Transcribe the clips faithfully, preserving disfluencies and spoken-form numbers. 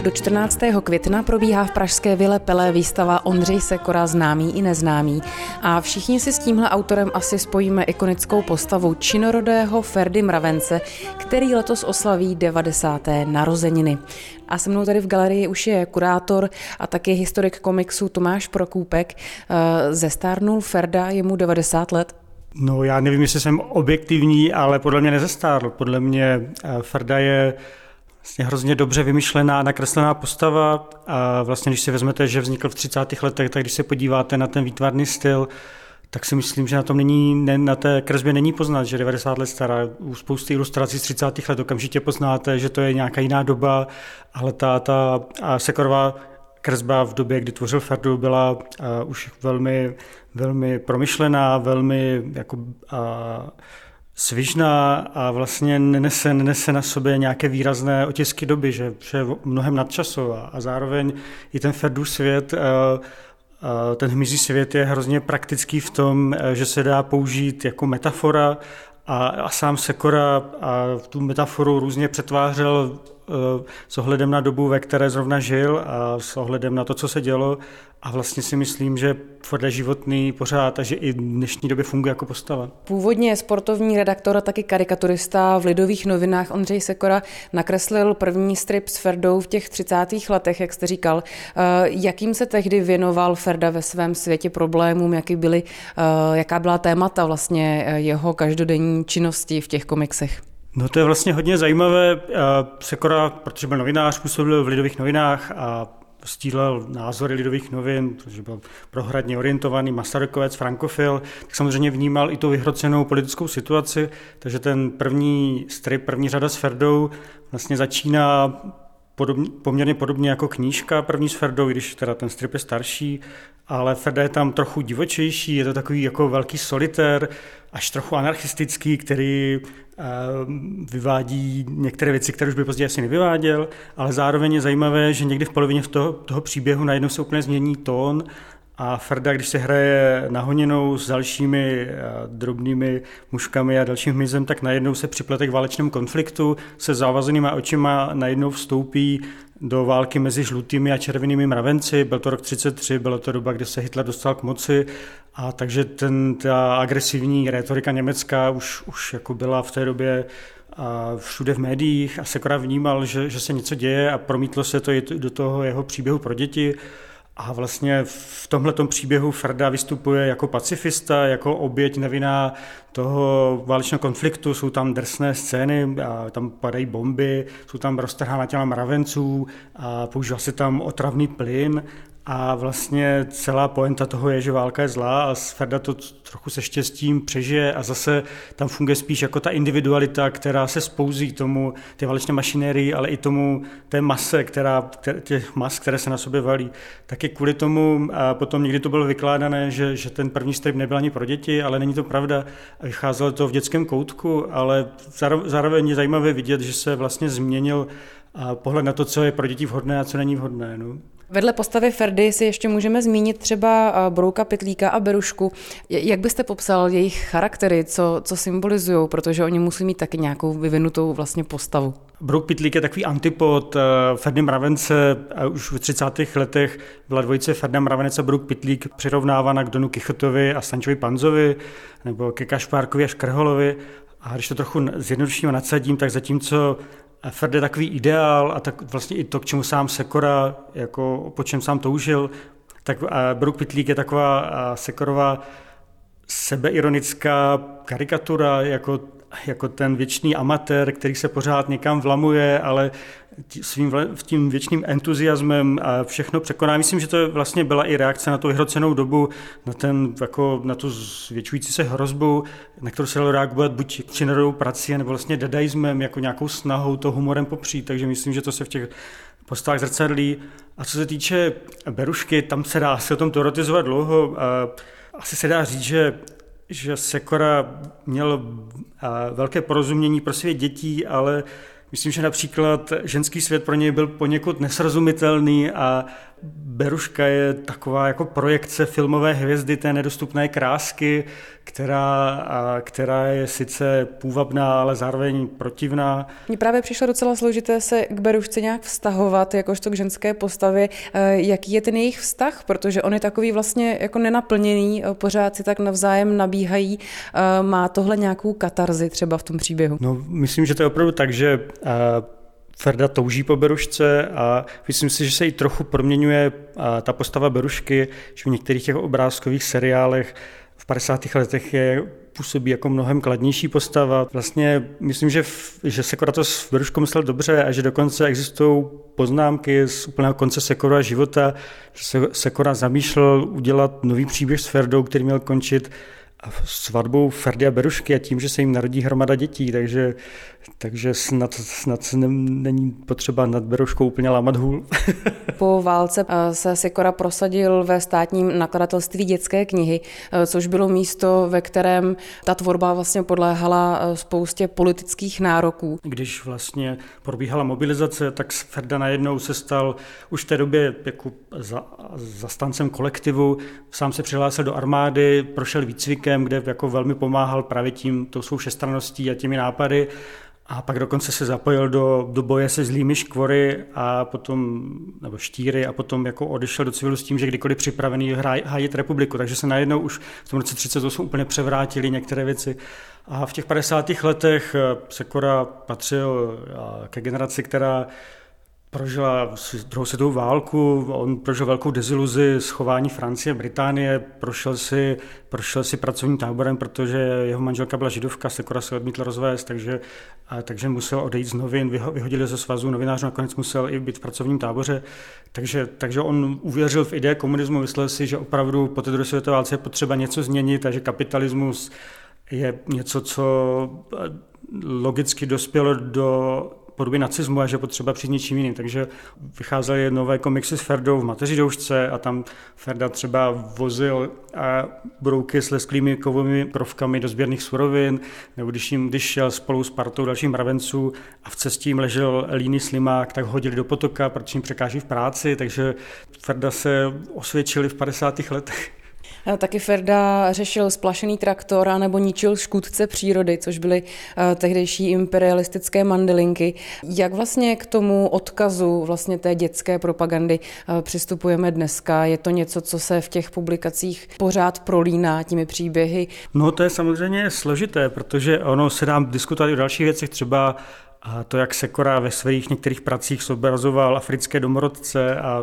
Do čtrnáctého května probíhá v pražské Vile Pelé výstava Ondřej Sekora, známý i neznámý. A všichni si s tímhle autorem asi spojíme ikonickou postavu činorodého Ferdy Mravence, který letos oslaví devadesáté narozeniny. A se mnou tady v galerii už je kurátor a taky historik komiksu Tomáš Prokůpek. Zestárnul Ferda, je mu devadesát let? No, já nevím, jestli jsem objektivní, ale podle mě nezestárl. Podle mě Ferda je vlastně hrozně dobře vymyšlená, nakreslená postava a vlastně, když si vezmete, že vznikl v třicátých letech, tak když se podíváte na ten výtvarný styl, tak si myslím, že na tom není, ne, na té kresbě není poznat, že devadesát let stará. U spousty ilustrací z třicátých let okamžitě poznáte, že to je nějaká jiná doba, ale ta, ta Sekorová kresba v době, kdy tvořil Ferdu, byla uh, už velmi, velmi promyšlená, velmi jako, uh, svižná a vlastně nenese, nenese na sobě nějaké výrazné otisky doby, že, že je mnohem nadčasová. A zároveň i ten Ferdův svět, uh, uh, ten hmyzí svět je hrozně praktický v tom, uh, že se dá použít jako metafora a, a sám Sekora a tu metaforu různě přetvářel s ohledem na dobu, ve které zrovna žil a s ohledem na to, co se dělo. A vlastně si myslím, že Ferda je životný pořád a že i v dnešní době funguje jako postava. Původně sportovní redaktor a taky karikaturista v Lidových novinách Ondřej Sekora nakreslil první strip s Ferdou v těch třicátých letech, jak jste říkal. Jakým se tehdy věnoval Ferda ve svém světě problémům, jaký byly, jaká byla témata vlastně jeho každodenní činnosti v těch komiksech? No to je vlastně hodně zajímavé. Sekora, protože byl novinář, působil v Lidových novinách a sdílel názory Lidových novin, protože byl prohradně orientovaný Masarykovec, frankofil, tak samozřejmě vnímal i tu vyhrocenou politickou situaci, takže ten první strip, první řada s Ferdou vlastně začíná podobně, poměrně podobně jako knížka první s Ferdou, když teda ten strip je starší, ale Ferda je tam trochu divočejší, je to takový jako velký solitér, až trochu anarchistický, který vyvádí některé věci, které už by později asi nevyváděl, ale zároveň je zajímavé, že někdy v polovině toho, toho příběhu najednou se úplně změní tón a Ferda, když se hraje nahoněnou s dalšími drobnými mužkami a dalším hmyzem, tak najednou se připlete k válečnému konfliktu, se závazenýma očima najednou vstoupí do války mezi žlutými a červenými mravenci. Byl to rok třicet tři, byla to doba, kdy se Hitler dostal k moci, a takže ten, ta agresivní rétorika německá už, už jako byla v té době a všude v médiích a Sekora vnímal, že, že se něco děje a promítlo se to i do toho jeho příběhu pro děti. A vlastně v tomhletom příběhu Ferda vystupuje jako pacifista, jako oběť nevinná toho válečného konfliktu. Jsou tam drsné scény, a tam padají bomby, jsou tam roztrhána těla mravenců a používá se tam otravný plyn. A vlastně celá pointa toho je, že válka je zlá a Ferda to trochu se štěstím přežije a zase tam funguje spíš jako ta individualita, která se spouzí tomu, ty válečné mašinérii, ale i tomu té mase, která, těch mas, které se na sobě valí. Taky kvůli tomu a potom někdy to bylo vykládané, že, že ten první strip nebyl ani pro děti, ale není to pravda. Vycházelo to v dětském koutku, ale zároveň je zajímavé vidět, že se vlastně změnil pohled na to, co je pro děti vhodné a co není vhodné. No. Vedle postavy Ferdy si ještě můžeme zmínit třeba Brouka, Pytlíka a Berušku. Jak byste popsal jejich charaktery, co, co symbolizují, protože oni musí mít taky nějakou vyvinutou vlastně postavu? Brouk, Pytlík je takový antipod Ferdy Mravence. Už v třicátých letech byla dvojice Ferda Mravenec a Brouk, Pytlík přirovnávána k Donu Kichotovi a Sančovi Panzovi nebo ke Kašpárkovi a Škrholovi. A když to trochu zjednoduším a nadsadím, tak zatímco Ferda je takový ideál a tak vlastně i to, k čemu sám Sekora, jako po čem sám toužil, tak Brouk, Pytlík je taková Sekorová sebeironická karikatura, jako, jako ten věčný amatér, který se pořád někam vlamuje, ale svým tím věčným entuziasmem a všechno překoná. Myslím, že to vlastně byla i reakce na tu vyhrocenou dobu, na, ten, jako, na tu zvětšující se hrozbu, na kterou se dalo reagovat buď činorodou prací, nebo vlastně dadaismem, jako nějakou snahou to humorem popřít. Takže myslím, že to se v těch postavách zrcadlí. A co se týče Berušky, tam se dá asi o tom teoretizovat dlouho. Asi se dá říct, že že Sekora měl velké porozumění pro svět dětí, ale myslím, že například ženský svět pro něj byl poněkud nesrozumitelný a Beruška je taková jako projekce filmové hvězdy té nedostupné krásky, která, která je sice půvabná, ale zároveň protivná. Mně právě přišlo docela složité se k Berušce nějak vztahovat, jakožto k ženské postavě. Jaký je ten jejich vztah? Protože on je takový vlastně jako nenaplněný, pořád si tak navzájem nabíhají. Má tohle nějakou katarzi třeba v tom příběhu? No, myslím, že to je opravdu tak, že Ferda touží po Berušce a myslím si, že se i trochu proměňuje ta postava Berušky, že v některých těch obrázkových seriálech v padesátých letech je působí jako mnohem kladnější postava. Vlastně myslím, že, v, že Sekora to s Beruškou myslel dobře a že dokonce existují poznámky z úplného konce Sekora života, že se Sekora zamýšlel udělat nový příběh s Ferdou, který měl končit svatbou Ferdy a Berušky a tím, že se jim narodí hromada dětí, takže, takže snad, snad není potřeba nad Beruškou úplně lámat hůl. Po válce se Sekora prosadil ve státním nakladatelství dětské knihy, což bylo místo, ve kterém ta tvorba vlastně podléhala spoustě politických nároků. Když vlastně probíhala mobilizace, tak Ferda najednou se stal už v té době jako za, zastáncem kolektivu, sám se přihlásil do armády, prošel výcvikem, kde jako velmi pomáhal právě tím, tou svou všestranností a těmi nápady. A pak dokonce se zapojil do, do boje se zlými škvory a potom, nebo štíry a potom jako odešel do civilu s tím, že kdykoliv připravený hájit republiku. Takže se najednou už v tom roce třicet osm úplně převrátili některé věci. A v těch padesátých letech Sekora patřil ke generaci, která prožila druhou světovou válku, on prožil velkou deziluzi z chování Francie, Británie, prošel si, prošel si pracovním táborem, protože jeho manželka byla židovka, Sekora se odmítl rozvést, takže, a, takže musel odejít z novin, vyhodili ze svazu novinářů, nakonec musel i být v pracovním táboře, takže, takže on uvěřil v ideje komunismu, myslel si, že opravdu po té druhé světové válce je potřeba něco změnit a že kapitalismus je něco, co logicky dospělo do podoby nacismu a že potřeba přijít něčím jiným. Takže vycházely nové komiksy s Ferdou v Mateři doušce a tam Ferda třeba vozil brouky s lesklými kovovými krovkami do sběrných surovin, nebo když, jim, když šel spolu s partou dalších mravenců a v cestě jim ležel líný slimák, tak hodili do potoka, protože jim překáží v práci, takže Ferda se osvědčili v padesátých letech. Taky Ferda řešil splašený traktor a nebo ničil škůdce přírody, což byly tehdejší imperialistické mandelinky. Jak vlastně k tomu odkazu vlastně té dětské propagandy přistupujeme dneska? Je to něco, co se v těch publikacích pořád prolíná těmi příběhy? No to je samozřejmě složité, protože ono se dá diskutovat o dalších věcech, třeba to, jak Sekora ve svých některých pracích zobrazoval africké domorodce a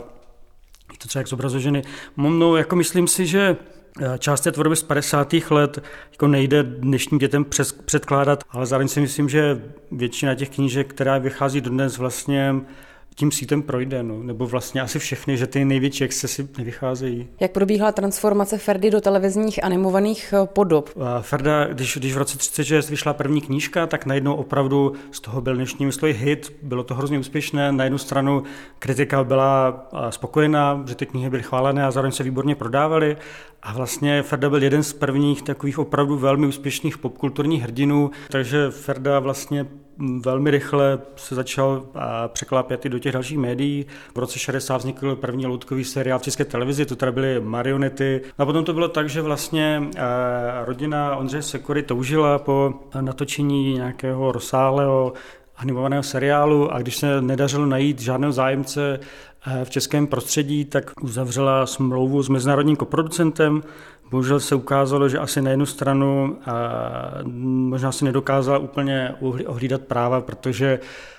to třeba jak zobrazuje ženy. No, jako myslím si, že část té tvorby z padesátých let jako nejde dnešním dětem přes, předkládat, ale zároveň si myslím, že většina těch knížek, která vychází dodnes, vlastně tím sítem projde, no, nebo vlastně asi všechny, že ty největší excesy nevycházejí. Jak probíhala transformace Ferdy do televizních animovaných podob? Ferda, když, když v roce třicet šest vyšla první knížka, tak najednou opravdu z toho byl dnešní mysloj hit, bylo to hrozně úspěšné, na jednu stranu kritika byla spokojená, že ty knihy byly chválené a zároveň se výborně prodávaly a vlastně Ferda byl jeden z prvních takových opravdu velmi úspěšných popkulturních hrdinů, takže Ferda vlastně velmi rychle se začal překlápět i do těch dalších médií. V roce šedesát vznikl první loutkový seriál v České televizi, to tady byly marionety. A potom to bylo tak, že vlastně rodina Ondřeje Sekory toužila po natočení nějakého rozsáhlého animovaného seriálu a když se nedařilo najít žádného zájemce v českém prostředí, tak uzavřela smlouvu s mezinárodním koproducentem. Bohužel se ukázalo, že asi na jednu stranu a možná si nedokázala úplně ohlídat práva, protože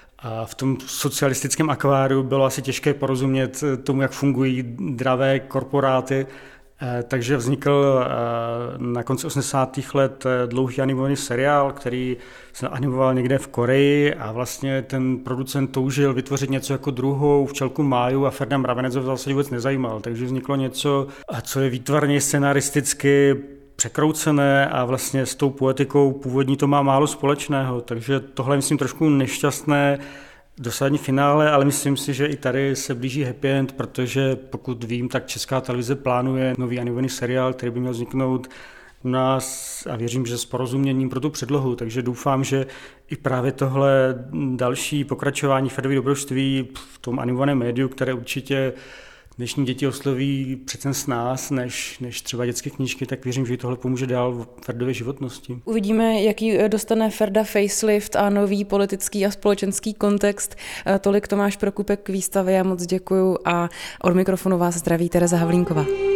v tom socialistickém akváriu bylo asi těžké porozumět tomu, jak fungují dravé korporáty. Takže vznikl na konci osmdesátých let dlouhý animovaný seriál, který se animoval někde v Koreji a vlastně ten producent toužil vytvořit něco jako druhou včelku Máju a Ferda Mravenec ho v zásadě vůbec nezajímal. Takže vzniklo něco, co je výtvarně scenaristicky překroucené a vlastně s tou poetikou původní to má málo společného. Takže tohle je, myslím, trošku nešťastné dosadní finále, ale myslím si, že i tady se blíží happy end, protože pokud vím, tak Česká televize plánuje nový animovaný seriál, který by měl vzniknout u nás a věřím, že s porozuměním pro tu předlohu, takže doufám, že i právě tohle další pokračování Ferdovy dobrodružství v tom animovaném médiu, které určitě dnešní děti osloví přece s nás, než, než třeba dětské knížky, tak věřím, že tohle pomůže dál Ferdově životnosti. Uvidíme, jaký dostane Ferda facelift a nový politický a společenský kontext. Tolik Tomáš Prokupek k výstavě, já moc děkuju a od mikrofonu vás zdraví Tereza Havlínková.